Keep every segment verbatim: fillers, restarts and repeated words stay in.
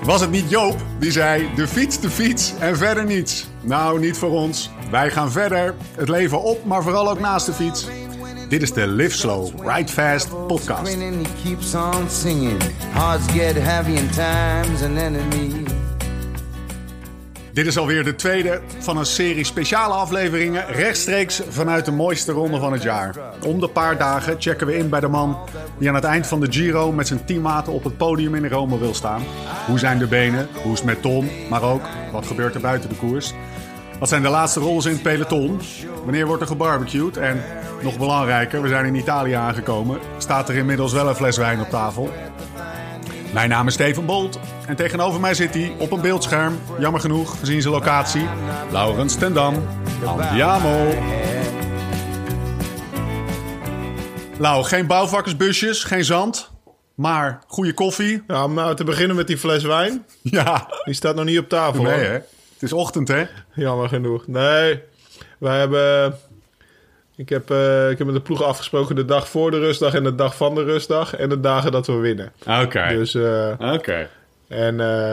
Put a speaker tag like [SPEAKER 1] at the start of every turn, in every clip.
[SPEAKER 1] Was het niet Joop die zei, de fiets, de fiets en verder niets? Nou, niet voor ons. Wij gaan verder. Het leven op, maar vooral ook naast de fiets. Dit is de Live Slow, Ride Fast podcast. Dit is alweer de tweede van een serie speciale afleveringen rechtstreeks vanuit de mooiste ronde van het jaar. Om de paar dagen checken we in bij de man die aan het eind van de Giro met zijn teammaten op het podium in Rome wil staan. Hoe zijn de benen? Hoe is het met Tom? Maar ook, wat gebeurt er buiten de koers? Wat zijn de laatste rollen in het peloton? Wanneer wordt er gebarbecued? En nog belangrijker, we zijn in Italië aangekomen. Staat er inmiddels wel een fles wijn op tafel? Mijn naam is Steven Bolt en tegenover mij zit hij op een beeldscherm, jammer genoeg gezien zijn locatie, Laurens ten Dam. Andiamo! Lau, geen bouwvakkersbusjes, geen zand, maar goede koffie.
[SPEAKER 2] Ja, om nou te beginnen met die fles wijn.
[SPEAKER 1] Ja.
[SPEAKER 2] Die staat nog niet op tafel.
[SPEAKER 1] Nee,
[SPEAKER 2] hoor.
[SPEAKER 1] hè? Het is ochtend, hè?
[SPEAKER 2] Jammer genoeg. Nee, wij hebben... Ik heb, uh, ik heb met de ploeg afgesproken de dag voor de rustdag en de dag van de rustdag. En de dagen dat we winnen.
[SPEAKER 1] Oké. Okay.
[SPEAKER 2] Dus, uh,
[SPEAKER 1] Oké. Okay.
[SPEAKER 2] En uh,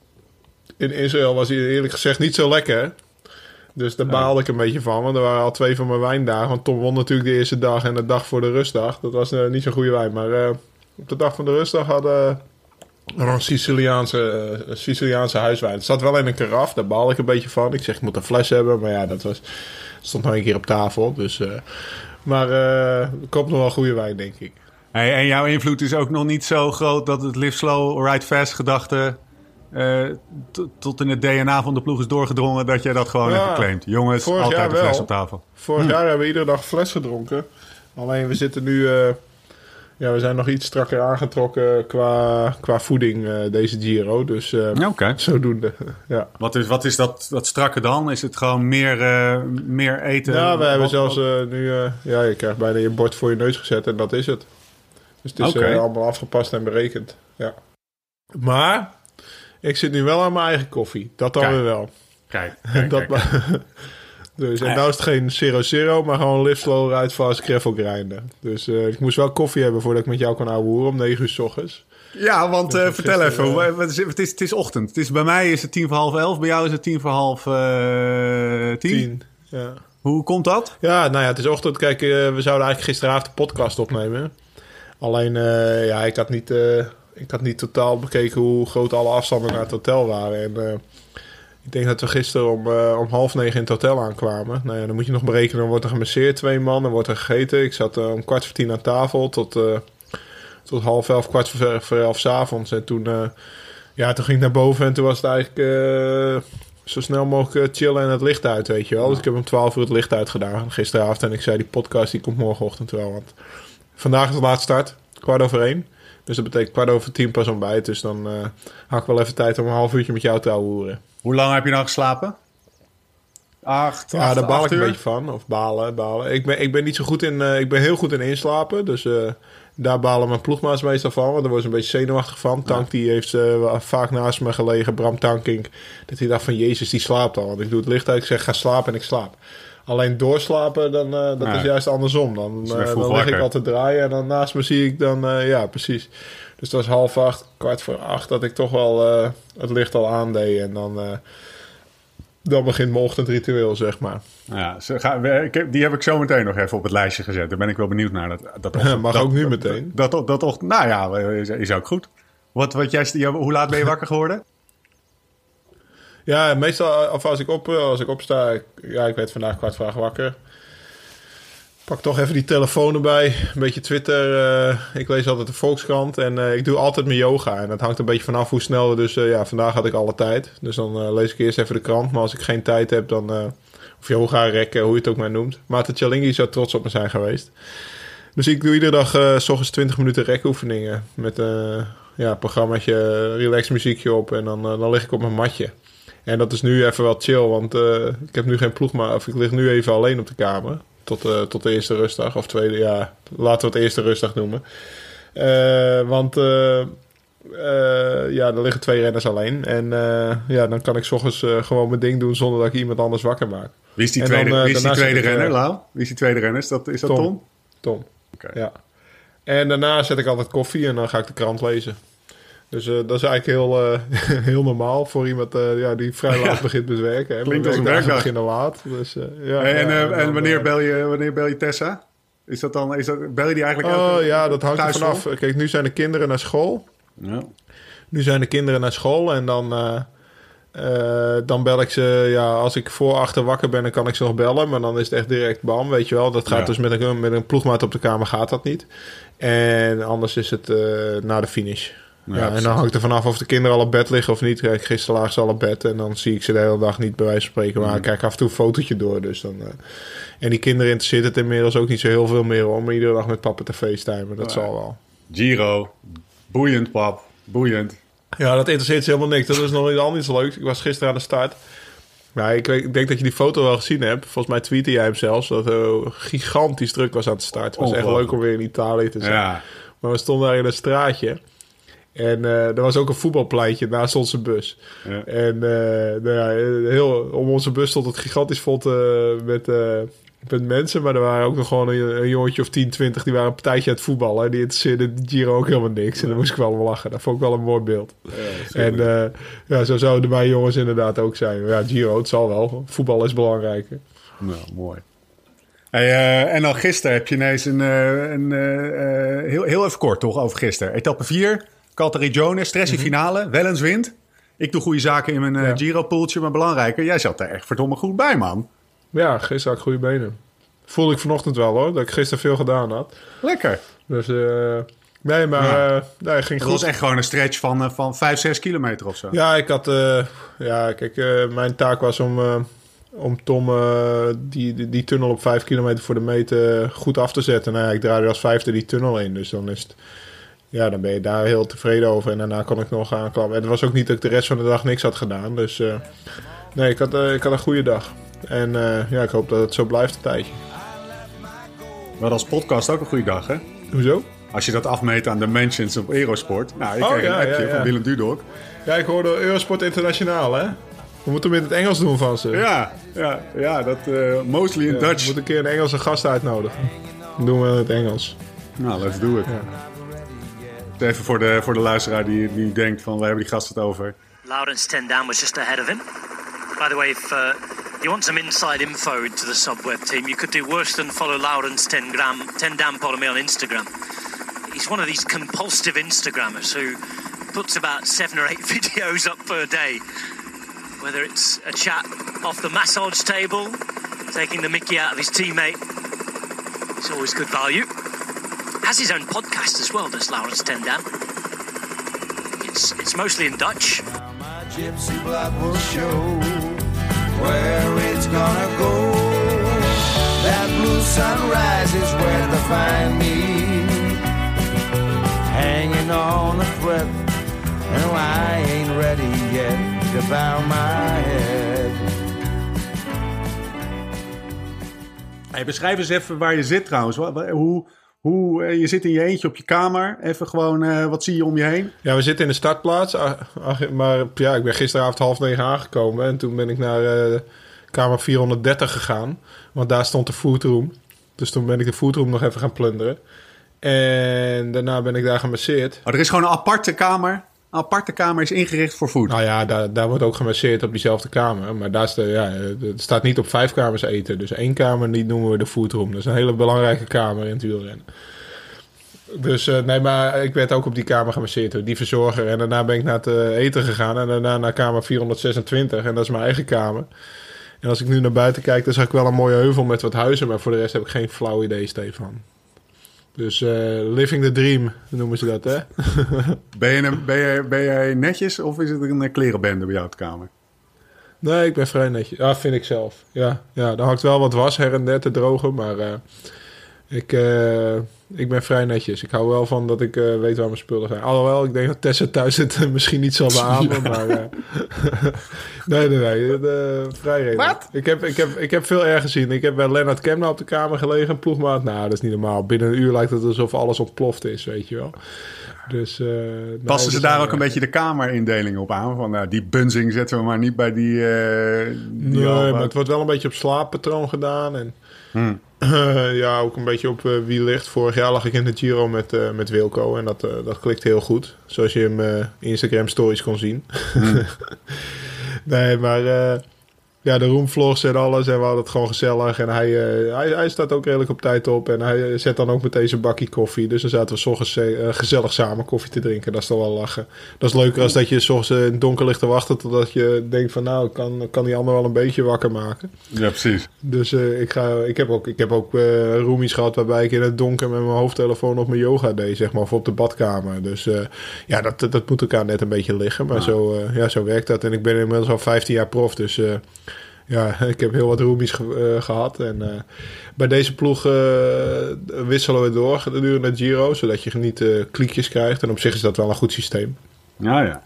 [SPEAKER 2] in Israël was hij eerlijk gezegd niet zo lekker. Dus daar baalde ik een beetje van. Want er waren al twee van mijn wijndagen. Want Tom won natuurlijk de eerste dag en de dag voor de rustdag. Dat was uh, niet zo'n goede wijn. Maar uh, op de dag van de rustdag hadden we een Siciliaanse, uh, Siciliaanse huiswijn. Het zat wel in een karaf. Daar baalde ik een beetje van. Ik zeg, ik moet een fles hebben. Maar ja, dat was... stond nog een keer op tafel. Dus, uh, maar uh, er komt nog wel goede wijn, denk ik.
[SPEAKER 1] Hey, en jouw invloed is ook nog niet zo groot dat het Live Slow, Ride Fast gedachte uh, t- tot in het D N A van de ploeg is doorgedrongen dat jij dat gewoon ja, hebt geclaimd. Jongens, altijd een fles op tafel.
[SPEAKER 2] Vorig
[SPEAKER 1] hm.
[SPEAKER 2] jaar hebben we iedere dag een fles gedronken. Alleen we zitten nu... Uh, ja, we zijn nog iets strakker aangetrokken qua, qua voeding uh, deze Giro. Dus uh,
[SPEAKER 1] okay.
[SPEAKER 2] zodoende, ja.
[SPEAKER 1] Wat is, wat is dat, dat strakke dan? Is het gewoon meer, uh, meer eten?
[SPEAKER 2] Ja, we
[SPEAKER 1] wat,
[SPEAKER 2] hebben
[SPEAKER 1] wat,
[SPEAKER 2] zelfs
[SPEAKER 1] wat?
[SPEAKER 2] Uh, nu... Uh, ja, je krijgt bijna je bord voor je neus gezet en dat is het. Dus het is okay. uh, allemaal afgepast en berekend. Ja. Maar ik zit nu wel aan mijn eigen koffie. Dat dan weer wel.
[SPEAKER 1] Kijk, kijk,
[SPEAKER 2] dat
[SPEAKER 1] kijk.
[SPEAKER 2] Dus, en nou is het geen zero zero, maar gewoon Live Slow, Ride Fast, gravel grinden. Dus uh, ik moest wel koffie hebben voordat ik met jou kon ouwehoeren om negen uur 's ochtends.
[SPEAKER 1] Ja, want uh, vertel even, uh, het, is, het, is, het is ochtend. Het is, bij mij is het tien voor half elf, bij jou is het tien voor half uh, tien.
[SPEAKER 2] Tien, ja.
[SPEAKER 1] Hoe komt dat?
[SPEAKER 2] Ja, nou ja, het is ochtend. Kijk, uh, we zouden eigenlijk gisteravond de podcast opnemen. Alleen, uh, ja, ik had, niet, uh, ik had niet totaal bekeken hoe groot alle afstanden naar het hotel waren. En uh, ik denk dat we gisteren om, uh, om half negen in het hotel aankwamen. Nou ja, dan moet je nog berekenen, dan wordt er gemasseerd, twee man, dan wordt er gegeten. Ik zat uh, om kwart voor tien aan tafel tot, uh, tot half elf, kwart voor, voor elf 's avonds. En toen, uh, ja, toen ging ik naar boven en toen was het eigenlijk uh, zo snel mogelijk chillen en het licht uit, weet je wel. Dus ik heb om twaalf uur het licht uitgedaan gisteravond. En ik zei, die podcast die komt morgenochtend wel. Want vandaag is de laatste start, kwart over één. Dus dat betekent kwart over tien pas ontbijt. Dus dan uh, had ik wel even tijd om een half uurtje met jou te ouwehoeren.
[SPEAKER 1] Hoe lang heb je nou geslapen? Acht,
[SPEAKER 2] Ja,
[SPEAKER 1] acht,
[SPEAKER 2] daar baal
[SPEAKER 1] acht
[SPEAKER 2] ik een
[SPEAKER 1] uur?
[SPEAKER 2] beetje van. Of balen, balen. Ik ben, ik ben niet zo goed in... Uh, ik ben heel goed in inslapen. Dus uh, daar balen mijn ploegmaats meestal van. Want daar worden ze een beetje zenuwachtig van. Tank, die heeft uh, vaak naast me gelegen. Bram Tankink. Dat hij dacht van, Jezus, die slaapt al. Want ik doe het licht uit. Ik zeg, ga slapen en ik slaap. Alleen doorslapen, dan, uh, dat ja. is juist andersom. Dan, uh, dan lig ik al te draaien. En dan naast me zie ik dan... Uh, ja, precies. Dus dat was half acht, kwart voor acht... dat ik toch wel uh, het licht al aandeed. En dan... Uh, Dan begint mijn ochtendritueel, zeg maar.
[SPEAKER 1] Ja, zo ga, ik heb, die heb ik zo meteen nog even op het lijstje gezet. Daar ben ik wel benieuwd naar. Dat, dat ochtend,
[SPEAKER 2] Mag
[SPEAKER 1] dat,
[SPEAKER 2] ook nu
[SPEAKER 1] dat,
[SPEAKER 2] meteen.
[SPEAKER 1] Dat, dat, dat ochtend, nou ja, is, is ook goed. Wat, wat jij, hoe laat ben je wakker geworden?
[SPEAKER 2] Ja, meestal of als ik, op, als ik opsta... Ik, ja, ik werd vandaag kwart voor acht wakker. Pak toch even die telefoon erbij. Een beetje Twitter. Uh, ik lees altijd de Volkskrant. En uh, ik doe altijd mijn yoga. En dat hangt een beetje vanaf hoe snel. Dus uh, ja, vandaag had ik alle tijd. Dus dan uh, lees ik eerst even de krant. Maar als ik geen tijd heb, dan... Uh, of yoga, rekken, hoe je het ook maar noemt. Maarten Tjallingi zou trots op me zijn geweest. Dus ik doe iedere dag uh, 's ochtends twintig minuten rekoefeningen. Met een uh, ja, programmaatje, relax muziekje op. En dan, uh, dan lig ik op mijn matje. En dat is nu even wel chill. Want uh, ik heb nu geen ploeg, maar of ik lig nu even alleen op de kamer. Tot, uh, tot de eerste rustdag. Of tweede, ja, laten we het eerste rustdag noemen. Uh, want uh, uh, ja, er liggen twee renners alleen. En uh, ja, dan kan ik 's ochtends uh, gewoon mijn ding doen zonder dat ik iemand anders wakker maak.
[SPEAKER 1] Wie is die
[SPEAKER 2] en
[SPEAKER 1] tweede,
[SPEAKER 2] dan, uh,
[SPEAKER 1] wie is die tweede
[SPEAKER 2] ik,
[SPEAKER 1] renner,
[SPEAKER 2] uh,
[SPEAKER 1] Lau? Wie is die tweede renner? Is dat, is dat Tom? Tom,
[SPEAKER 2] Tom.
[SPEAKER 1] Okay.
[SPEAKER 2] Ja. En daarna zet ik altijd koffie en dan ga ik de krant lezen. Dus uh, dat is eigenlijk heel, uh, heel normaal voor iemand uh, ja, die vrij laat ja. begint met werken. Hè.
[SPEAKER 1] Klinkt als een werkdag.
[SPEAKER 2] beginnen laat. Dus, uh, ja,
[SPEAKER 1] en,
[SPEAKER 2] ja,
[SPEAKER 1] uh, en, en wanneer, bel je, wanneer bel je Tessa? Is dat dan, is dat, bel je die eigenlijk
[SPEAKER 2] Oh
[SPEAKER 1] elke,
[SPEAKER 2] ja, dat hangt er
[SPEAKER 1] thuis
[SPEAKER 2] vanaf.
[SPEAKER 1] vol?
[SPEAKER 2] Kijk, nu zijn de kinderen naar school.
[SPEAKER 1] Ja.
[SPEAKER 2] Nu zijn de kinderen naar school en dan... Uh, Uh, dan bel ik ze, ja, als ik voor achter wakker ben, dan kan ik ze nog bellen. Maar dan is het echt direct bam, weet je wel. Dat gaat ja. dus met een, met een ploegmaat op de kamer gaat dat niet. En anders is het uh, na de finish. Ja, ja, en dan hangt er vanaf of de kinderen al op bed liggen of niet. Kijk, gisteren lagen ze al op bed en dan zie ik ze de hele dag niet bij wijze van spreken. Maar mm. ik kijk af en toe een fotootje door. Dus dan, uh, en die kinderen interesseert het inmiddels ook niet zo heel veel meer om iedere dag met papa te facetimen. Dat ja. zal wel.
[SPEAKER 1] Giro, boeiend pap, boeiend.
[SPEAKER 2] Ja, dat interesseert ze helemaal niks. Dat is nog iets anders leuks. Ik was gisteren aan de start. Nou, ik, ik denk dat je die foto wel gezien hebt. Volgens mij tweette jij hem zelfs. Dat er gigantisch druk was aan de start. Het was echt leuk om weer in Italië te zijn. Ja. Maar we stonden daar in een straatje. En uh, er was ook een voetbalpleintje naast onze bus. Ja. En uh, nou ja, heel, om onze bus stond het gigantisch vol te, met... Uh, met mensen, maar er waren ook nog gewoon een, een jongetje of tien, twintig... die waren een partijtje aan het voetballen. Die interesseerde de Giro ook helemaal niks. Ja. En dan moest ik wel om lachen. Dat vond ik wel een mooi beeld. Ja, en uh, ja, zo zouden mijn jongens inderdaad ook zijn. Ja, Giro, het zal wel. Voetbal is belangrijker.
[SPEAKER 1] Nou, mooi. Hey, uh, en dan gisteren heb je ineens een... Uh, een uh, heel, heel even kort toch, over gisteren. Etappe vier, Caltagirone, stressie mm-hmm. finale. Wel eens wint. Ik doe goede zaken in mijn uh, ja. Giro-poeltje, maar belangrijker. Jij zat er echt verdomme goed bij, man.
[SPEAKER 2] Ja, gisteren had ik goede benen. Voelde ik vanochtend wel hoor, dat ik gisteren veel gedaan had.
[SPEAKER 1] Lekker.
[SPEAKER 2] Dus uh, nee, maar ja. uh, nee, ging
[SPEAKER 1] het
[SPEAKER 2] goed.
[SPEAKER 1] was echt gewoon een stretch van, uh, van vijf, zes kilometer of zo.
[SPEAKER 2] Ja, ik had... Uh, ja, kijk, uh, mijn taak was om, uh, om Tom uh, die, die, die tunnel op vijf kilometer voor de meet uh, goed af te zetten. Nou ja, ik draaide als vijfde die tunnel in, dus dan is het... Ja, dan ben je daar heel tevreden over. En daarna kon ik nog aanklappen. En het was ook niet dat ik de rest van de dag niks had gedaan. Dus uh, nee, ik had, uh, ik had een goede dag. En uh, ja, ik hoop dat het zo blijft een tijdje.
[SPEAKER 1] Maar als podcast ook een goede dag, hè?
[SPEAKER 2] Hoezo?
[SPEAKER 1] Als je dat afmeet aan de mentions op Eurosport. Nou, ik
[SPEAKER 2] oh,
[SPEAKER 1] kreeg
[SPEAKER 2] ja,
[SPEAKER 1] een appje
[SPEAKER 2] ja, ja.
[SPEAKER 1] van Willem Dudok.
[SPEAKER 2] Ja, ik hoorde Eurosport Internationaal, hè? We moeten hem in het Engels doen van ze.
[SPEAKER 1] Ja, ja, ja dat uh, mostly in
[SPEAKER 2] ja,
[SPEAKER 1] Dutch.
[SPEAKER 2] We moeten een keer een Engelse gast uitnodigen. Dan doen we in het Engels.
[SPEAKER 1] Nou, let's do it. Ja. Even voor de, voor de luisteraar die, die denkt van, waar hebben die gasten het over?
[SPEAKER 3] Laurens ten Dam was just ahead of him. By the way, if uh, you want some inside info into the Subweb team, you could do worse than follow Laurens ten Dam Polomé on Instagram. He's one of these compulsive Instagrammers who puts about seven or eight videos up per day. Whether it's a chat off the massage table, taking the mickey out of his teammate, it's always good value. Has his own podcast as well, does Laurens ten Dam. It's, it's mostly in Dutch. My gypsy blood will show where it's gonna go. That blue sunrise is where to find me. Hanging on a thread. And I ain't ready yet to bow my head.
[SPEAKER 1] Hey, beschrijf eens even waar je zit trouwens. Hoe... Hoe, uh, je zit in je eentje op je kamer. Even gewoon, uh, wat zie je om je heen?
[SPEAKER 2] Ja, we zitten in de startplaats. Uh, uh, maar ja, ik ben gisteravond half negen aangekomen. En toen ben ik naar uh, kamer vierhonderddertig gegaan. Want daar stond de foodroom. Dus toen ben ik de foodroom nog even gaan plunderen. En daarna ben ik daar gemasseerd.
[SPEAKER 1] Oh, er is gewoon een aparte kamer. Een aparte kamer is ingericht voor food.
[SPEAKER 2] Nou ja, daar, daar wordt ook gemasseerd op diezelfde kamer. Maar daar staat, ja, er staat niet op vijf kamers eten. Dus één kamer, die noemen we de foodroom. Dat is een hele belangrijke kamer in het wielrennen. Dus uh, nee, maar ik werd ook op die kamer gemasseerd door die verzorger. En daarna ben ik naar het uh, eten gegaan. En daarna naar kamer vierhonderdzesentwintig. En dat is mijn eigen kamer. En als ik nu naar buiten kijk, dan zag ik wel een mooie heuvel met wat huizen. Maar voor de rest heb ik geen flauw idee, Stefan. Dus uh, living the dream, noemen ze dat, hè?
[SPEAKER 1] ben, je een, ben, je, ben jij netjes of is het een klerenbende bij jou op de kamer?
[SPEAKER 2] Nee, ik ben vrij netjes. Ja, vind ik zelf. Ja, ja, er hangt wel wat was her en der te drogen, maar uh, ik, uh, ik ben vrij netjes. Ik hou wel van dat ik uh, weet waar mijn spullen zijn. Alhoewel, ik denk dat Tessa thuis het misschien niet zal beamen, ja. maar... Uh, nee, nee, nee. Uh, vrij redelijk.
[SPEAKER 1] Wat?
[SPEAKER 2] Ik heb, ik, heb, ik heb veel erg gezien. Ik heb bij Lennart Kemna op de kamer gelegen, een ploegmaat. Nou, dat is niet normaal. Binnen een uur lijkt het alsof alles ontploft is, weet je wel. Dus, uh,
[SPEAKER 1] passen
[SPEAKER 2] nee,
[SPEAKER 1] ze daar ook
[SPEAKER 2] uh,
[SPEAKER 1] een beetje de kamerindeling op aan? Van uh, die bunzing zetten we maar niet bij die... Uh, die
[SPEAKER 2] nee, maar het wordt wel een beetje op slaappatroon gedaan. En Hmm. Uh, ja, ook een beetje op uh, wie ligt. Vorig jaar lag ik in de Giro met, uh, met Wilco. En dat, uh, dat klikte heel goed. Zoals je hem uh, Instagram stories kon zien. Hmm. nee, maar... Uh, Ja, de roomvlogs en alles. En we hadden het gewoon gezellig. En hij, uh, hij, hij staat ook redelijk op tijd op. En hij zet dan ook meteen zijn bakje koffie. Dus dan zaten we 's ochtends uh, gezellig samen koffie te drinken. Dat is toch wel lachen. Dat is leuker als dat je 's ochtends in het donker ligt te wachten. Totdat je denkt van nou, kan, kan die ander wel een beetje wakker maken.
[SPEAKER 1] Ja, precies.
[SPEAKER 2] Dus uh, ik, ga, ik heb ook, ik heb ook uh, roomies gehad waarbij ik in het donker met mijn hoofdtelefoon op mijn yoga deed. Zeg maar, of op de badkamer. Dus uh, ja, dat, dat moet elkaar net een beetje liggen. Maar ja. Zo, uh, ja, zo werkt dat. En ik ben inmiddels al vijftien jaar prof. Dus... Uh, Ja, ik heb heel wat roomies ge- uh, gehad. En uh, bij deze ploeg uh, wisselen we door gedurende het Giro. Zodat je niet uh, kliekjes krijgt. En op zich is dat wel een goed systeem.
[SPEAKER 1] Ja, ja.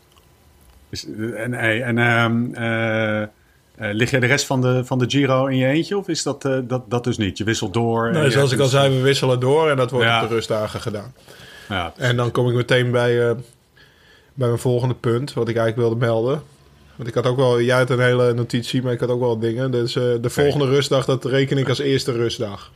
[SPEAKER 1] Is, en en um, uh, uh, lig jij de rest van de, van de Giro in je eentje? Of is dat, uh, dat, dat dus niet? Je wisselt door?
[SPEAKER 2] Nee, zoals ik al zei, we wisselen door. En dat wordt
[SPEAKER 1] ja.
[SPEAKER 2] op de rustdagen gedaan.
[SPEAKER 1] Ja,
[SPEAKER 2] en dan kom ik meteen bij, uh, bij mijn volgende punt. Wat ik eigenlijk wilde melden. Want ik had ook wel, jij had een hele notitie, maar ik had ook wel dingen. Dus uh, de volgende okay. rustdag, dat reken ik als eerste rustdag.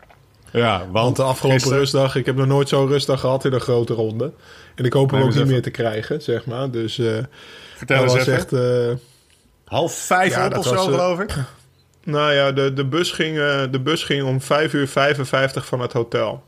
[SPEAKER 1] Ja, want,
[SPEAKER 2] want de afgelopen
[SPEAKER 1] gisteren...
[SPEAKER 2] rustdag, ik heb nog nooit zo'n rustdag gehad in een grote ronde. En ik hoop hem nee, ook niet even... meer te krijgen, zeg maar. Dus uh,
[SPEAKER 1] vertel eens
[SPEAKER 2] was echt... Uh,
[SPEAKER 1] half vijf ja, op of zo, was, uh, geloof ik?
[SPEAKER 2] Nou ja, de, de, bus ging, uh, de bus ging om vijf uur vijfenvijftig van het hotel.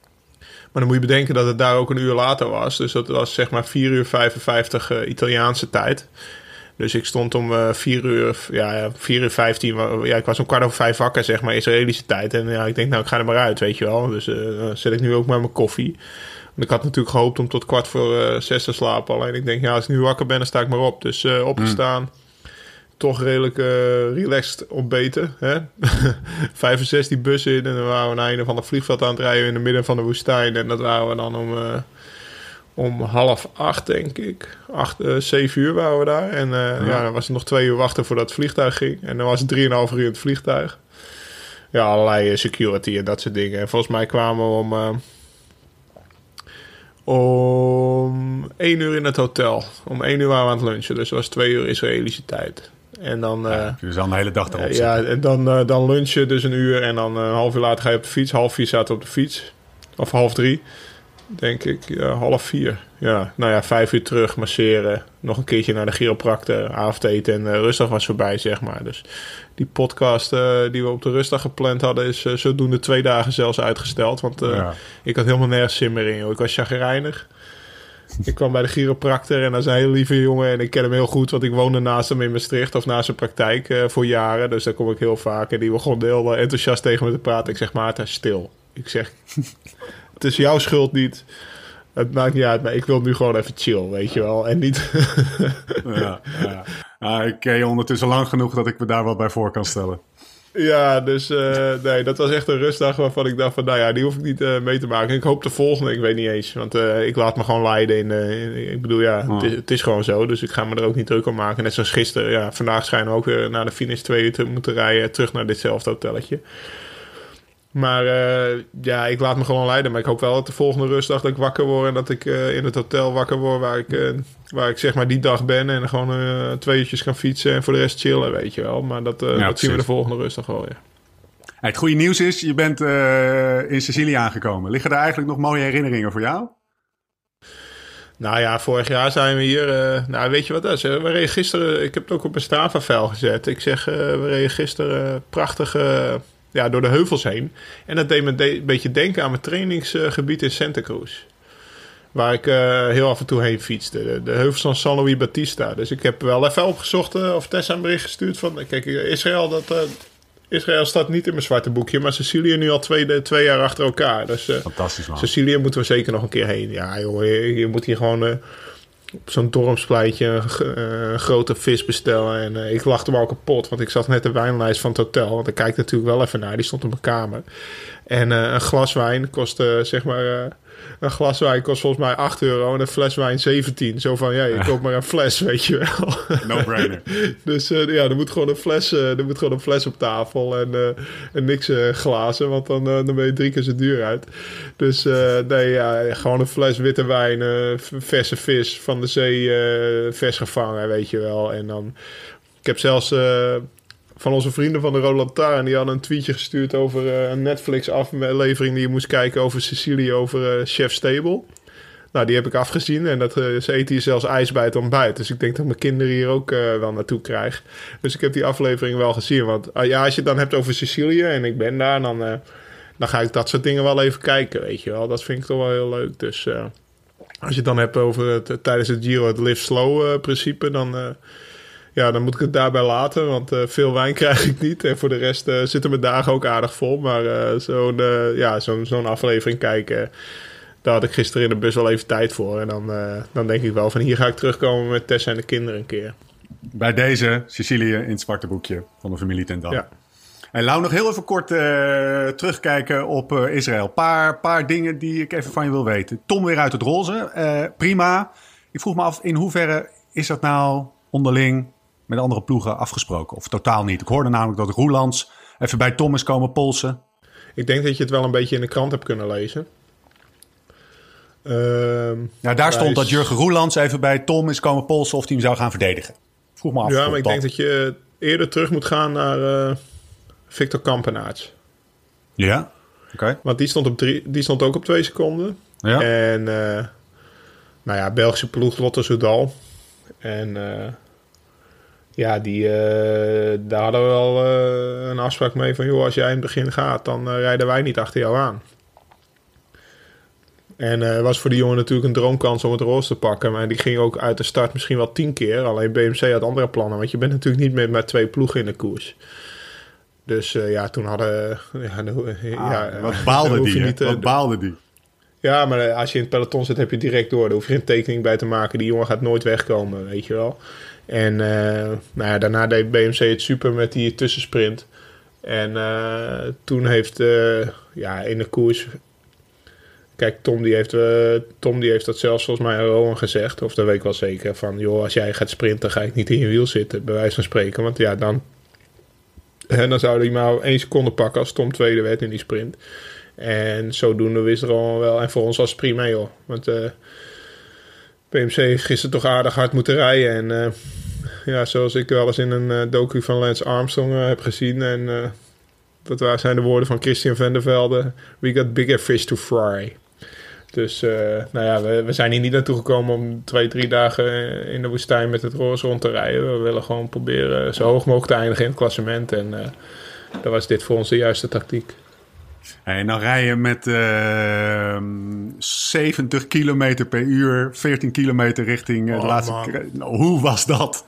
[SPEAKER 2] Maar dan moet je bedenken dat het daar ook een uur later was. Dus dat was zeg maar vier uur vijfenvijftig uh, Italiaanse tijd. Dus ik stond om uh, vier uur, ja, vier uur vijftien, ja, ik was om kwart over vijf wakker, zeg maar, Israëlische tijd. En ja, ik denk, nou, ik ga er maar uit, weet je wel. Dus uh, dan zet ik nu ook maar mijn koffie. Want ik had natuurlijk gehoopt om tot kwart voor uh, zes te slapen. Alleen ik denk, ja, als ik nu wakker ben, dan sta ik maar op. Dus uh, opgestaan, mm. toch redelijk uh, relaxed ontbeten. Hè? Vijf en zes die bus in en dan waren we naar een van het vliegveld aan het rijden in het midden van de woestijn. En dat waren we dan om... Uh, Om half acht, denk ik. Acht, uh, zeven uur waren we daar. En uh, ja. ja, dan was het nog twee uur wachten voordat het vliegtuig ging. En dan was het drieënhalf uur in het vliegtuig. Ja, allerlei uh, security en dat soort dingen. En volgens mij kwamen we om... Uh, om één uur in het hotel. Om één uur waren we aan het lunchen. Dus dat was twee uur Israëlische tijd. En dan... Uh,
[SPEAKER 1] ja, dus dan de hele dag erop
[SPEAKER 2] uh, Ja, en dan, uh, dan lunchen dus een uur. En dan uh, een half uur later ga je op de fiets. Half vier zaten we op de fiets. Of half drie. Denk ik, ja, half vier. Ja, nou ja, vijf uur terug, masseren. Nog een keertje naar de chiropractor, avondeten en uh, rustdag was voorbij, zeg maar. Dus die podcast uh, die we op de rustdag gepland hadden... is uh, zodoende twee dagen zelfs uitgesteld. Want uh, ja. ik had helemaal nergens zin meer in. Joh. Ik was chagrijnig. Ik kwam bij de chiropractor en dat is een hele lieve jongen. En ik ken hem heel goed, want ik woonde naast hem in Maastricht... of naast zijn praktijk uh, voor jaren. Dus daar kom ik heel vaak. En die begon heel enthousiast tegen me te praten. Ik zeg, Maarten, stil. Ik zeg... Het is jouw schuld niet. Het maakt niet uit, maar ik wil nu gewoon even chill, weet je wel. En niet...
[SPEAKER 1] ja, ja. Ah, ik ken je ondertussen lang genoeg dat ik me daar wel bij voor kan stellen.
[SPEAKER 2] Ja, dus uh, nee, dat was echt een rustdag waarvan ik dacht van... nou ja, die hoef ik niet uh, mee te maken. Ik hoop de volgende, ik weet niet eens. Want uh, ik laat me gewoon leiden in... Uh, in ik bedoel, ja, oh. het, is, het is gewoon zo. Dus ik ga me er ook niet druk om maken. Net zoals gisteren. Ja, vandaag schijnen we ook weer naar de finish twee uur te moeten rijden... terug naar ditzelfde hotelletje. Maar uh, ja, ik laat me gewoon leiden. Maar ik hoop wel dat de volgende rustdag dat ik wakker word... en dat ik uh, in het hotel wakker word waar ik, uh, waar ik zeg maar die dag ben... en gewoon uh, twee uurtjes kan fietsen en voor de rest chillen, weet je wel. Maar dat, uh, ja, dat zien we de volgende rustdag wel, ja.
[SPEAKER 1] Het goede nieuws is, je bent uh, in Sicilië aangekomen. Liggen er eigenlijk nog mooie herinneringen voor jou?
[SPEAKER 2] Nou ja, vorig jaar zijn we hier... Uh, nou, weet je wat dat is? We reden gisteren... Ik heb het ook op mijn Strava-vuil gezet. Ik zeg, uh, we reden gisteren uh, prachtig... Uh, Ja, door de heuvels heen. En dat deed me de- een beetje denken aan mijn trainingsgebied in Santa Cruz. Waar ik uh, heel af en toe heen fietste. De, de heuvels van San Luis Bautista. Dus ik heb wel even opgezocht uh, of Tessa een bericht gestuurd van... Kijk, Israël, dat, uh, Israël staat niet in mijn zwarte boekje. Maar Sicilië nu al twee, de, twee jaar achter elkaar. Dus uh,
[SPEAKER 1] fantastisch, man.
[SPEAKER 2] Sicilië moeten we zeker nog een keer heen. Ja, joh, je, je moet hier gewoon... Uh, op zo'n dorpspleintje een uh, grote vis bestellen. En uh, ik lachte me al kapot, want ik zat net de wijnlijst van het hotel. Want ik kijk natuurlijk wel even naar, die stond op mijn kamer. En uh, een glas wijn kost, uh, zeg maar... Uh, een glas wijn kost volgens mij acht euro en een fles wijn zeventien. Zo van, ja, je koopt maar een fles, weet je wel.
[SPEAKER 1] No-brainer.
[SPEAKER 2] Dus uh, ja, er moet gewoon een fles, uh, er moet gewoon een fles op tafel en, uh, en niks uh, glazen, want dan, uh, dan ben je drie keer zo duur uit. Dus uh, nee, ja, gewoon een fles witte wijn, uh, verse vis van de zee, uh, vers gevangen, weet je wel. En dan, ik heb zelfs... Uh, van onze vrienden van de Rode Lantaarn. Die hadden een tweetje gestuurd over uh, een Netflix-aflevering die je moest kijken over Sicilië, over uh, Chef Stable. Nou, die heb ik afgezien en dat, uh, ze eten hier zelfs ijs bij het ontbijt. Dus ik denk dat mijn kinderen hier ook uh, wel naartoe krijg. Dus ik heb die aflevering wel gezien. Want uh, ja, als je het dan hebt over Sicilië en ik ben daar, dan, uh, dan ga ik dat soort dingen wel even kijken, weet je wel. Dat vind ik toch wel heel leuk. Dus uh, als je het dan hebt over het, uh, tijdens het Giro het live slow uh, principe, dan... Uh, Ja, dan moet ik het daarbij laten, want uh, veel wijn krijg ik niet. En voor de rest uh, zitten mijn dagen ook aardig vol. Maar uh, zo'n, uh, ja, zo'n, zo'n aflevering kijken, daar had ik gisteren in de bus wel even tijd voor. En dan, uh, dan denk ik wel van hier ga ik terugkomen met Tessa en de kinderen een keer.
[SPEAKER 1] Bij deze Sicilië in het zwarte boekje van de familie Ten Dam.
[SPEAKER 2] Ja.
[SPEAKER 1] En Lau, nog heel even kort uh, terugkijken op uh, Israël. Een paar, paar dingen die ik even van je wil weten. Tom weer uit het roze. Uh, prima. Ik vroeg me af, in hoeverre is dat nou onderling met andere ploegen afgesproken? Of totaal niet? Ik hoorde namelijk dat Roelands even bij Tom is komen polsen.
[SPEAKER 2] Ik denk dat je het wel een beetje in de krant hebt kunnen lezen. Uh,
[SPEAKER 1] ja, daar stond
[SPEAKER 2] is...
[SPEAKER 1] dat Jurgen Roelands even bij Tom is komen polsen of hij hem zou gaan verdedigen. Vroeg me af.
[SPEAKER 2] Ja, maar ik
[SPEAKER 1] dat.
[SPEAKER 2] denk dat je eerder terug moet gaan naar uh, Victor Kampenaerts.
[SPEAKER 1] Ja? Oké. Okay.
[SPEAKER 2] Want die stond, op drie, die stond ook op twee seconden.
[SPEAKER 1] Ja.
[SPEAKER 2] En uh, nou ja, Belgische ploeg Lotto Soudal. En uh, ja, die, uh, daar hadden we wel uh, een afspraak mee van... joh, als jij in het begin gaat, dan uh, rijden wij niet achter jou aan. En het uh, was voor die jongen natuurlijk een droomkans om het roze te pakken. Maar die ging ook uit de start misschien wel tien keer. Alleen B M C had andere plannen. Want je bent natuurlijk niet meer met twee ploegen in de koers. Dus uh, ja, toen hadden... Ja, de,
[SPEAKER 1] ah,
[SPEAKER 2] ja,
[SPEAKER 1] wat baalde die,
[SPEAKER 2] niet, uh,
[SPEAKER 1] Wat baalde die?
[SPEAKER 2] Ja, maar uh, als je in het peloton zit, heb je direct door. Daar hoef je geen tekening bij te maken. Die jongen gaat nooit wegkomen, weet je wel. En uh, nou ja, daarna deed B M C het super met die tussensprint. En uh, toen heeft uh, ja, in de koers... Kijk, Tom die, heeft, uh, Tom die heeft dat zelfs volgens mij aan Rowan gezegd. Of dat weet ik wel zeker. Van, joh, als jij gaat sprinten, ga ik niet in je wiel zitten. Bij wijze van spreken. Want ja, dan... En dan zou hij maar één seconde pakken als Tom tweede werd in die sprint. En zodoende wist Rowan wel. En voor ons was het prima, joh. Want uh, B M C heeft gisteren toch aardig hard moeten rijden. En uh, ja, zoals ik wel eens in een uh, docu van Lance Armstrong uh, heb gezien. En uh, dat waren zijn de woorden van Christian Vende. We got bigger fish to fry. Dus uh, nou ja, we, we zijn hier niet naartoe gekomen om twee, drie dagen in de woestijn met het roze rond te rijden. We willen gewoon proberen zo hoog mogelijk te eindigen in het klassement. En uh, dan was dit voor ons de juiste tactiek.
[SPEAKER 1] En dan rij je met uh, zeventig kilometer per uur, veertien kilometer richting uh, de
[SPEAKER 2] oh,
[SPEAKER 1] laatste... Nou, hoe was dat?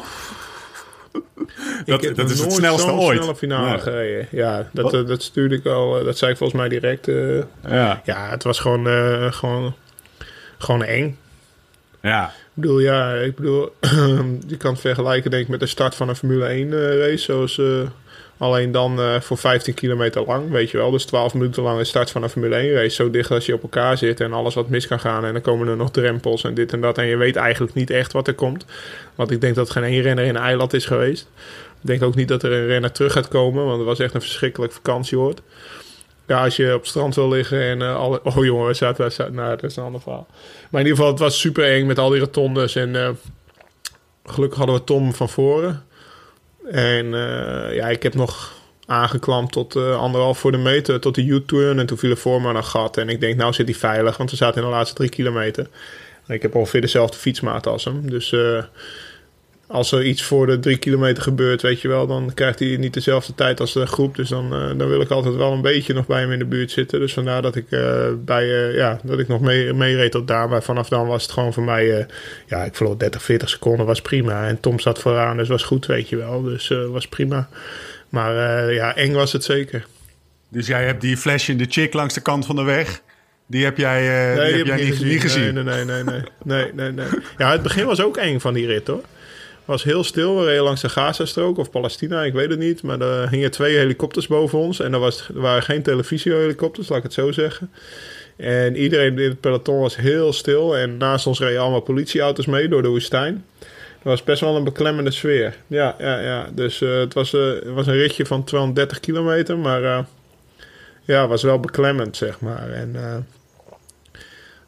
[SPEAKER 1] dat
[SPEAKER 2] ik
[SPEAKER 1] dat is het snelste ooit.
[SPEAKER 2] Snelle finale
[SPEAKER 1] ja.
[SPEAKER 2] gereden. Ja, dat, uh, dat stuurde ik al. Dat zei ik volgens mij direct. Uh,
[SPEAKER 1] ja.
[SPEAKER 2] ja, het was gewoon, uh, gewoon, gewoon eng.
[SPEAKER 1] Ja.
[SPEAKER 2] Ik bedoel, ja, ik bedoel, je kan het vergelijken denk ik met de start van een Formule één uh, race. Zoals, uh, alleen dan uh, voor vijftien kilometer lang, weet je wel. Dus twaalf minuten lang de start van een Formule één race. Zo dicht als je op elkaar zit en alles wat mis kan gaan. En dan komen er nog drempels en dit en dat. En je weet eigenlijk niet echt wat er komt. Want ik denk dat geen één renner in een eiland is geweest. Ik denk ook niet dat er een renner terug gaat komen. Want het was echt een verschrikkelijk vakantieoord. Ja, als je op het strand wil liggen en uh, alle... Oh jongen, we zaten daar... Zaten, nou, dat is een ander verhaal. Maar in ieder geval, het was super eng met al die rotondes. En uh, gelukkig hadden we Tom van voren. En uh, ja, ik heb nog aangeklampt tot uh, anderhalf voor de meter, tot de U-turn. En toen viel er voor me een gat. En ik denk, nou zit hij veilig, want we zaten in de laatste drie kilometer. En ik heb ongeveer dezelfde fietsmaat als hem. Dus uh, als er iets voor de drie kilometer gebeurt, weet je wel, dan krijgt hij niet dezelfde tijd als de groep. Dus dan, uh, dan wil ik altijd wel een beetje nog bij hem in de buurt zitten. Dus vandaar dat ik, uh, bij, uh, ja, dat ik nog mee, mee reed tot daar. Maar vanaf dan was het gewoon voor mij... Uh, ja, ik verloor dertig, veertig seconden, was prima. En Tom zat vooraan, dus was goed, weet je wel. Dus uh, was prima. Maar uh, ja, eng was het zeker.
[SPEAKER 1] Dus jij hebt die flash in de chick langs de kant van de weg... Die heb jij, uh,
[SPEAKER 2] nee,
[SPEAKER 1] die heb jij
[SPEAKER 2] niet,
[SPEAKER 1] niet gezien? Niet gezien.
[SPEAKER 2] Nee, nee, nee, nee, nee, nee, nee. Ja, het begin was ook eng van die rit, hoor. Was heel stil. We reden langs de Gaza-strook of Palestina, ik weet het niet. Maar er hingen twee helikopters boven ons. En er, was, er waren geen televisiehelikopters, laat ik het zo zeggen. En iedereen in het peloton was heel stil. En naast ons reden allemaal politieauto's mee door de woestijn. Het was best wel een beklemmende sfeer. Ja, ja, ja. Dus uh, het, was, uh, het was een ritje van tweehonderddertig kilometer. Maar uh, ja, het was wel beklemmend, zeg maar. En... Uh,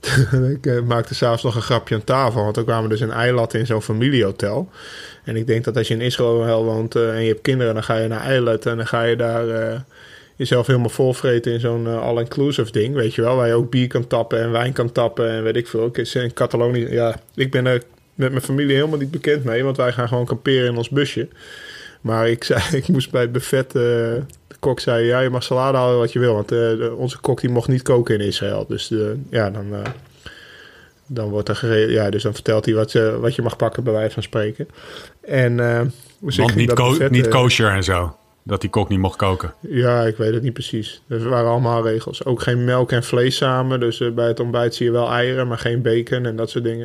[SPEAKER 2] ik uh, maakte s'avonds nog een grapje aan tafel. Want dan kwamen we dus in Eilat in zo'n familiehotel. En ik denk dat als je in Israël woont uh, en je hebt kinderen... dan ga je naar Eilat en dan ga je daar... Uh, jezelf helemaal volvreten in zo'n uh, all-inclusive ding, weet je wel. Waar je ook bier kan tappen en wijn kan tappen en weet ik veel. Ik is in Catalonië, ja, ik ben er met mijn familie helemaal niet bekend mee, want wij gaan gewoon kamperen in ons busje. Maar ik zei, ik moest bij het buffet, uh, de kok zei, ja, je mag salade halen wat je wil, want uh, de, onze kok die mocht niet koken in Israël. Dus uh, ja, dan, uh, dan wordt er gereden, ja, dus dan vertelt hij wat, uh, wat je mag pakken, bij wijze van spreken. En uh, dus
[SPEAKER 1] want
[SPEAKER 2] ik
[SPEAKER 1] niet,
[SPEAKER 2] dat
[SPEAKER 1] ko-
[SPEAKER 2] buffet,
[SPEAKER 1] niet
[SPEAKER 2] uh,
[SPEAKER 1] kosher en zo. Dat die kok niet mocht koken.
[SPEAKER 2] Ja, ik weet het niet precies. Er waren allemaal regels. Ook geen melk en vlees samen. Dus uh, bij het ontbijt zie je wel eieren, maar geen bacon en dat soort dingen.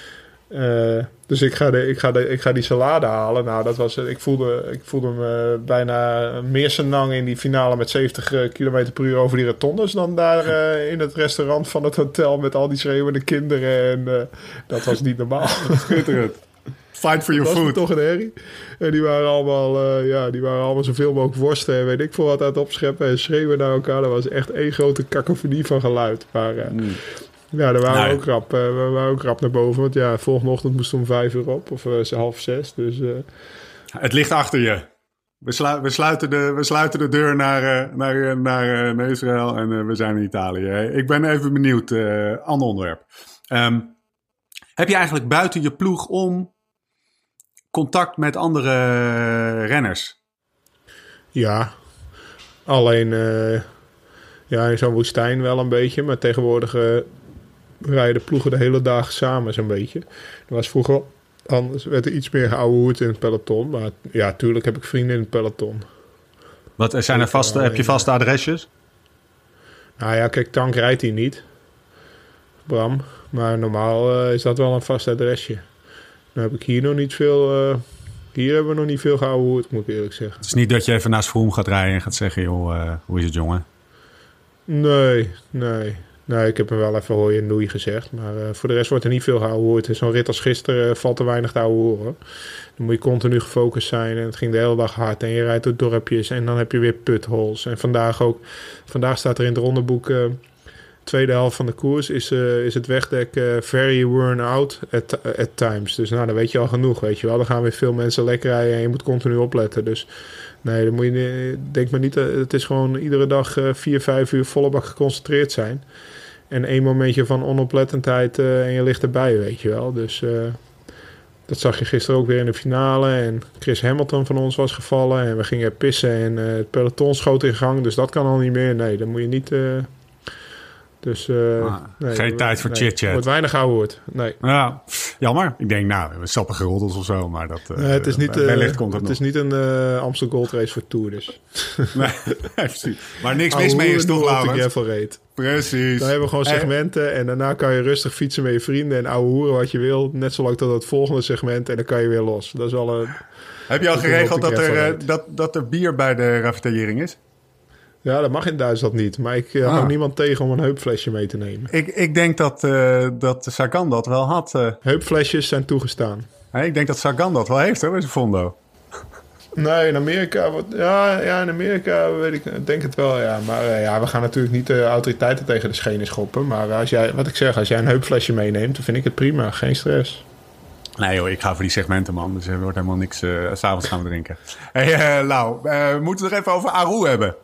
[SPEAKER 2] Uh, dus ik ga, de, ik, ga de, ik ga die salade halen. Nou, dat was, ik voelde, ik voelde me bijna meer senang in die finale met zeventig kilometer per uur over die rotondes dan daar uh, in het restaurant van het hotel met al die schreeuwende kinderen. En uh, dat was niet normaal.
[SPEAKER 1] Schitterend. Fight for your
[SPEAKER 2] dat
[SPEAKER 1] food.
[SPEAKER 2] Was toch een herrie. En die waren allemaal, uh, ja, die waren allemaal zoveel mogelijk worsten en weet ik veel wat aan het opscheppen en schreeuwen naar elkaar. Dat was echt één grote kakofonie van geluid. Maar uh, mm. ja, daar waren
[SPEAKER 1] nou,
[SPEAKER 2] we ook rap, uh, we waren ook rap naar boven. Want ja, volgende ochtend moesten we om vijf uur op of uh, half zes. Dus, uh,
[SPEAKER 1] het ligt achter je. We, slu- we, sluiten, de, we sluiten de deur naar, uh, naar, uh, naar, uh, naar Israël en uh, we zijn in Italië. Ik ben even benieuwd, uh, ander onderwerp. Um, heb je eigenlijk buiten je ploeg om contact met andere renners?
[SPEAKER 2] Ja, alleen uh, ja, in zo'n woestijn wel een beetje. Maar tegenwoordig uh, rijden ploegen de hele dag samen zo'n beetje. Er was vroeger anders, werd er iets meer geouwehoerd in het peloton. Maar ja, tuurlijk heb ik vrienden in het peloton.
[SPEAKER 1] Wat, zijn er vaste, heb je vaste adresjes?
[SPEAKER 2] Nou ja, kijk, Tank rijdt hij niet, Bram. Maar normaal uh, is dat wel een vast adresje. Nou heb ik hier nog niet veel... Uh, hier hebben we nog niet veel geouwehoerd, moet ik eerlijk zeggen.
[SPEAKER 1] Het is niet dat je even naast Vroom gaat rijden en gaat zeggen... joh, uh, hoe is het, jongen?
[SPEAKER 2] Nee, nee. Nee, ik heb hem wel even hoi en doei gezegd. Maar uh, voor de rest wordt er niet veel geouwehoerd. Zo'n rit als gisteren uh, valt er weinig te ouwehoeren. Dan moet je continu gefocust zijn. En het ging de hele dag hard. En je rijdt door dorpjes. En dan heb je weer putholes. En vandaag ook... Vandaag staat er in het rondeboek... Uh, tweede helft van de koers is, uh, is het wegdek uh, very worn out at, at times. Dus nou, dan weet je al genoeg, weet je wel. Dan gaan weer veel mensen lekker rijden en je moet continu opletten. Dus nee, dan moet je, denk maar niet... Uh, het is gewoon iedere dag uh, vier, vijf uur volle bak geconcentreerd zijn. En één momentje van onoplettendheid uh, en je ligt erbij, weet je wel. Dus uh, dat zag je gisteren ook weer in de finale. En Chris Hamilton van ons was gevallen en we gingen pissen en uh, het peloton schoot in gang. Dus dat kan al niet meer. Nee, dan moet je niet... Uh, Dus, uh,
[SPEAKER 1] ah,
[SPEAKER 2] nee,
[SPEAKER 1] geen tijd voor
[SPEAKER 2] nee,
[SPEAKER 1] chit-chat.
[SPEAKER 2] Er wordt weinig gehoord. Nee.
[SPEAKER 1] Ja, jammer. Ik denk, nou, we sappige roddels of zo, maar dat... Uh,
[SPEAKER 2] nee, het is niet, uh,
[SPEAKER 1] wellicht komt het,
[SPEAKER 2] het
[SPEAKER 1] nog.
[SPEAKER 2] is niet een uh, Amstel Gold Race voor Tour, dus.
[SPEAKER 1] Nee, precies. Maar niks mis mee is toch, Laurens? Precies.
[SPEAKER 2] Dan hebben we gewoon segmenten en daarna kan je rustig fietsen met je vrienden en ouwe hoeren wat je wil. Net zolang tot het volgende segment en dan kan je weer los. Dat is wel een...
[SPEAKER 1] Heb je al geregeld dat er, uh, dat, dat er bier bij de ravitaillering is?
[SPEAKER 2] Ja, dat mag in Duitsland niet. Maar ik uh, ah. hou niemand tegen om een heupflesje mee te nemen.
[SPEAKER 1] Ik, ik denk dat, uh, dat Sagan dat wel had. Uh.
[SPEAKER 2] Heupflesjes zijn toegestaan.
[SPEAKER 1] Hey, ik denk dat Sagan dat wel heeft, hoor, bij zijn fondo.
[SPEAKER 2] Nee, in Amerika... Ja, ja, in Amerika weet ik, denk het wel, ja. Maar uh, ja, we gaan natuurlijk niet de uh, autoriteiten tegen de schenen schoppen. Maar als jij, wat ik zeg, als jij een heupflesje meeneemt, dan vind ik het prima. Geen stress.
[SPEAKER 1] Nee joh, ik ga voor die segmenten, man. Dus er wordt helemaal niks... Uh, 's avonds gaan we drinken. Hey, uh, Lau, uh, we moeten het er even over Aru hebben.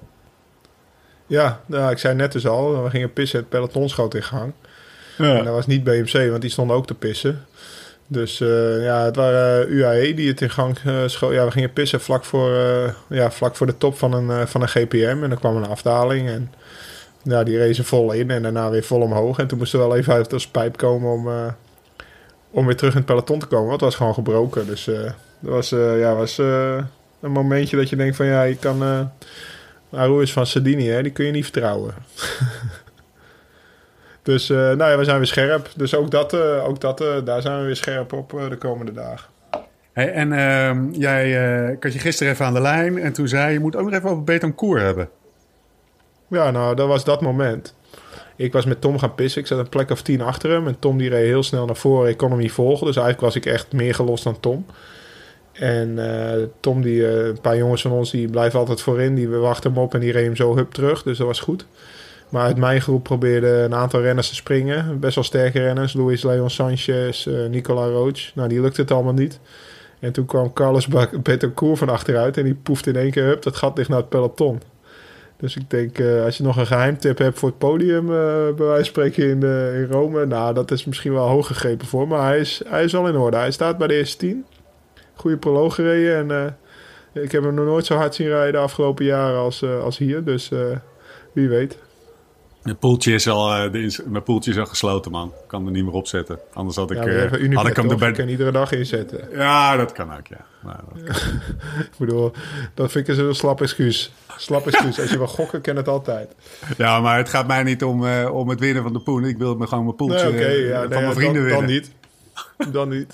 [SPEAKER 2] Ja, nou, ik zei net dus al, we gingen pissen, het peloton schoot in gang. Ja. En dat was niet B M C, want die stonden ook te pissen. Dus uh, ja, het waren uh, U A E die het in gang uh, schoot. Ja, we gingen pissen vlak voor, uh, ja, vlak voor de top van een, uh, van een G P M. En dan kwam een afdaling en ja, die racen vol in en daarna weer vol omhoog. En toen moesten we wel even uit de pijp komen om, uh, om weer terug in het peloton te komen. Want het was gewoon gebroken. Dus uh, dat was, uh, ja, was uh, een momentje dat je denkt van ja, je kan... Uh, Aru is van Sardinië, hè? Die kun je niet vertrouwen. Dus uh, nou ja, we zijn weer scherp. Dus ook dat, uh, ook dat uh, daar zijn we weer scherp op uh, de komende dagen.
[SPEAKER 1] Hey, en uh, jij, uh, ik had je gisteren even aan de lijn en toen zei je moet ook nog even over Betancourt hebben.
[SPEAKER 2] Ja, nou, dat was dat moment. Ik was met Tom gaan pissen. Ik zat een plek of tien achter hem. En Tom die reed heel snel naar voren. Ik kon hem niet volgen. Dus eigenlijk was ik echt meer gelost dan Tom. En uh, Tom, die, uh, een paar jongens van ons, die blijven altijd voorin. Die wachten hem op en die reed hem zo hup terug. Dus dat was goed. Maar uit mijn groep probeerden een aantal renners te springen. Best wel sterke renners. Luis Leon Sanchez, uh, Nicola Roach. Nou, die lukte het allemaal niet. En toen kwam Carlos Betancourt van achteruit. En die poefde in één keer up. Dat gat ligt naar het peloton. Dus ik denk, uh, als je nog een geheimtip hebt voor het podium... Uh, bij wijze van spreken in, uh, in Rome... Nou, dat is misschien wel hoog gegrepen voor. Maar hij is, hij is al in orde. Hij staat bij de eerste tien. Goede proloog gereden. En uh, ik heb hem nog nooit zo hard zien rijden de afgelopen jaren als, uh, als hier. Dus uh, wie weet.
[SPEAKER 1] Mijn poeltje is al, uh, de ins- mijn poeltje is al gesloten, man. Ik kan er niet meer opzetten. Anders had ik,
[SPEAKER 2] ja,
[SPEAKER 1] uh,
[SPEAKER 2] Unibet,
[SPEAKER 1] had ik hem
[SPEAKER 2] toch?
[SPEAKER 1] erbij...
[SPEAKER 2] Je kan iedere dag inzetten.
[SPEAKER 1] Ja, dat kan ook, ja. Nou, dat kan.
[SPEAKER 2] Ik bedoel, dat vind ik een slap excuus. Slap excuus. Als je wil gokken, kan het altijd.
[SPEAKER 1] Ja, maar het gaat mij niet om, uh, om het winnen van de poen. Ik wil me gewoon mijn poeltje
[SPEAKER 2] Nee, okay, ja,
[SPEAKER 1] van
[SPEAKER 2] nee,
[SPEAKER 1] mijn
[SPEAKER 2] ja,
[SPEAKER 1] vrienden
[SPEAKER 2] dan,
[SPEAKER 1] winnen.
[SPEAKER 2] Dan niet. Dan niet.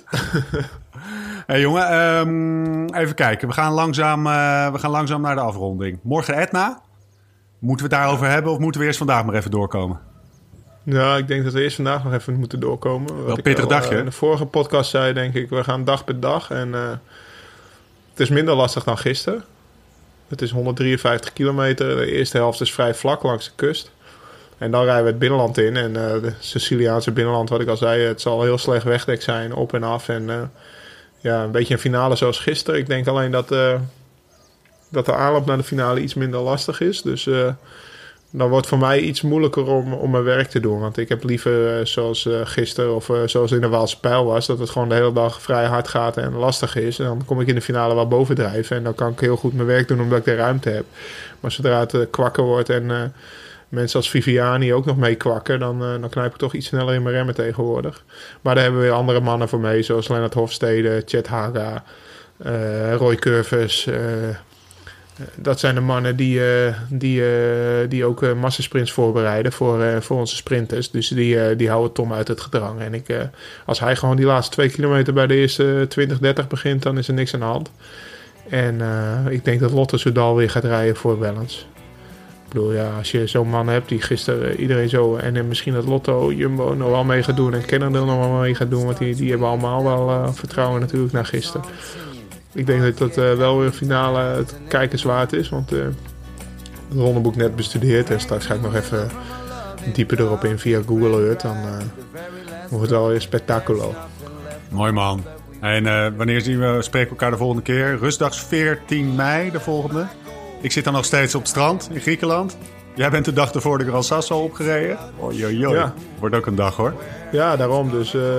[SPEAKER 1] Hey jongen, um, even kijken. We gaan, langzaam, uh, we gaan langzaam naar de afronding. Morgen Etna. Moeten we het daarover hebben of moeten we eerst vandaag maar even doorkomen?
[SPEAKER 2] Ja, ik denk dat we eerst vandaag nog even moeten doorkomen. Wat
[SPEAKER 1] Wel
[SPEAKER 2] ik
[SPEAKER 1] pittig
[SPEAKER 2] al,
[SPEAKER 1] dagje.
[SPEAKER 2] Uh, in de vorige podcast zei, denk ik, we gaan dag per dag. En uh, het is minder lastig dan gisteren. Het is honderddrieënvijftig kilometer. De eerste helft is vrij vlak langs de kust. En dan rijden we het binnenland in. En uh, de Siciliaanse binnenland, wat ik al zei, het zal heel slecht wegdek zijn, op en af. En uh, ja, een beetje een finale zoals gisteren. Ik denk alleen dat, uh, dat de aanloop naar de finale iets minder lastig is. Dus uh, dan wordt voor mij iets moeilijker om, om mijn werk te doen. Want ik heb liever uh, zoals uh, gisteren of uh, zoals in de Waalse Pijl was, dat het gewoon de hele dag vrij hard gaat en lastig is. En dan kom ik in de finale wel bovendrijven. En dan kan ik heel goed mijn werk doen omdat ik de ruimte heb. Maar zodra het uh, kwakker wordt en uh, mensen als Viviani ook nog mee kwakken, dan, uh, dan knijp ik toch iets sneller in mijn remmen tegenwoordig. Maar daar hebben we weer andere mannen voor mee, zoals Lennart Hofstede, Chet Haga, uh, Roy Curvers. Uh, dat zijn de mannen die, uh, die, uh, die ook uh, massasprints voorbereiden voor, uh, voor onze sprinters. Dus die, uh, die houden Tom uit het gedrang. En ik, uh, als hij gewoon die laatste twee kilometer bij de eerste twintig, dertig begint, dan is er niks aan de hand. En uh, ik denk dat Lotte Soudal weer gaat rijden voor Balance. Ik bedoel, ja, als je zo'n man hebt die gisteren iedereen zo... en misschien dat Lotto, Jumbo nog wel mee gaat doen en Cannondale nog wel mee gaat doen. Want die, die hebben allemaal wel uh, vertrouwen natuurlijk naar gisteren. Ik denk dat dat uh, wel weer finale het kijkenswaard is. Want uh, het rondeboek net bestudeerd. En straks ga ik nog even dieper erop in via Google Earth. Dan uh, wordt het wel weer spectaculo.
[SPEAKER 1] Mooi man. En uh, wanneer zien we, spreken we elkaar de volgende keer? Rustdag veertien mei, de volgende. Ik zit dan nog steeds op het strand in Griekenland. Jij bent de dag ervoor de Gran Sasso opgereden. Oei, oei, oei. Ja. Wordt ook een dag hoor.
[SPEAKER 2] Ja, daarom. Dus uh,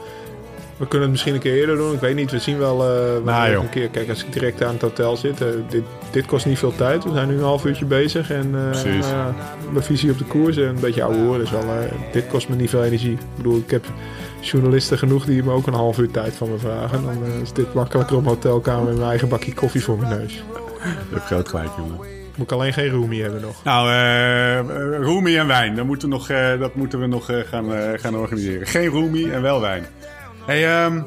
[SPEAKER 2] we kunnen het misschien een keer eerder doen. Ik weet niet, we zien wel uh,
[SPEAKER 1] nou,
[SPEAKER 2] een keer. Kijk, als ik direct aan het hotel zit. Uh, dit, dit kost niet veel tijd. We zijn nu een half uurtje bezig. En uh, uh, mijn visie op de koers. En een beetje ouwe hoor. Dus wel, uh, dit kost me niet veel energie. Ik bedoel, ik heb journalisten genoeg die me ook een half uur tijd van me vragen. Dan uh, is dit makkelijker op mijn hotelkamer met mijn eigen bakje koffie voor mijn neus.
[SPEAKER 1] Je hebt groot gelijk, jongen.
[SPEAKER 2] Moet ik alleen geen roomie hebben nog.
[SPEAKER 1] Nou, uh, roomie en wijn. Dat moeten we nog, uh, dat moeten we nog uh, gaan, uh, gaan organiseren. Geen roomie en wel wijn. Hey, um,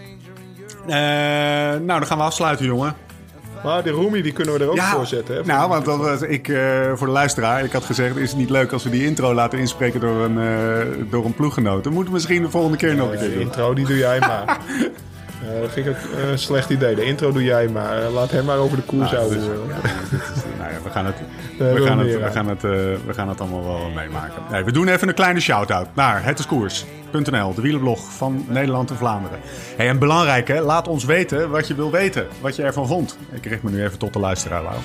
[SPEAKER 1] uh, nou, dan gaan we afsluiten, jongen.
[SPEAKER 2] Maar die roomie, die kunnen we er ook
[SPEAKER 1] ja,
[SPEAKER 2] voor zetten. Hè?
[SPEAKER 1] Nou, want dat was ik, uh, voor de luisteraar, ik had gezegd, is het niet leuk als we die intro laten inspreken door een, uh, door een ploeggenoot? Dat moeten we misschien de volgende keer nog een keer doen.
[SPEAKER 2] De intro, die doe jij maar. Uh, dat vind ik ook een slecht idee. De intro doe jij maar. Uh, laat hem maar over de koers
[SPEAKER 1] nou,
[SPEAKER 2] houden.
[SPEAKER 1] Dus, ja, nou ja, we gaan het, we gaan het, we gaan het, uh, we gaan het allemaal wel meemaken. Nee, we doen even een kleine shout-out naar hetdeskoers punt n l, de wielerblog van Nederland en Vlaanderen. Hey, en belangrijk, hè, laat ons weten wat je wil weten, wat je ervan vond. Ik richt me nu even tot de luisteraar, Lau.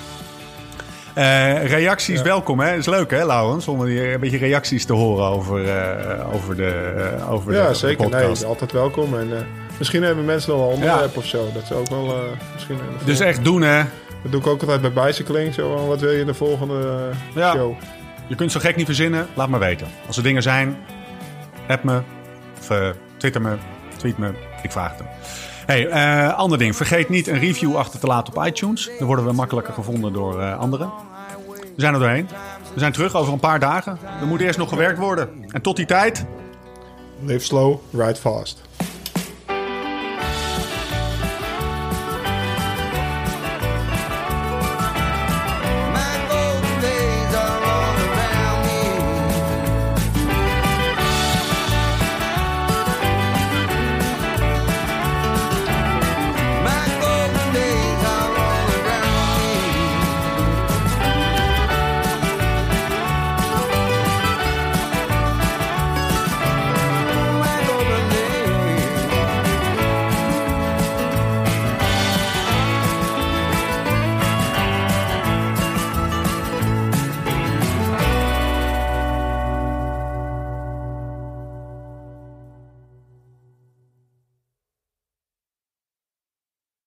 [SPEAKER 1] Uh, reacties ja. welkom, hè? Is leuk, hè, Laurens? Om een beetje reacties te horen over, uh, over de uh, over
[SPEAKER 2] Ja,
[SPEAKER 1] de,
[SPEAKER 2] zeker.
[SPEAKER 1] de podcast.
[SPEAKER 2] Nee, altijd welkom. En uh, misschien hebben mensen nog wel een onderwerp ja. of zo. Dat is ook wel... Uh, misschien
[SPEAKER 1] dus echt doen, hè?
[SPEAKER 2] Dat doe ik ook altijd bij Bicycling. Zo, wat wil je in de volgende uh,
[SPEAKER 1] ja.
[SPEAKER 2] show?
[SPEAKER 1] Je kunt zo gek niet verzinnen. Laat maar weten. Als er dingen zijn, app me. Of uh, twitter me. Tweet me. Ik vraag het hem. Hey, uh, ander ding. Vergeet niet een review achter te laten op iTunes. Dan worden we makkelijker gevonden door uh, anderen. We zijn er doorheen. We zijn terug over een paar dagen. Er moet eerst nog gewerkt worden. En tot die tijd...
[SPEAKER 2] Live slow, ride fast.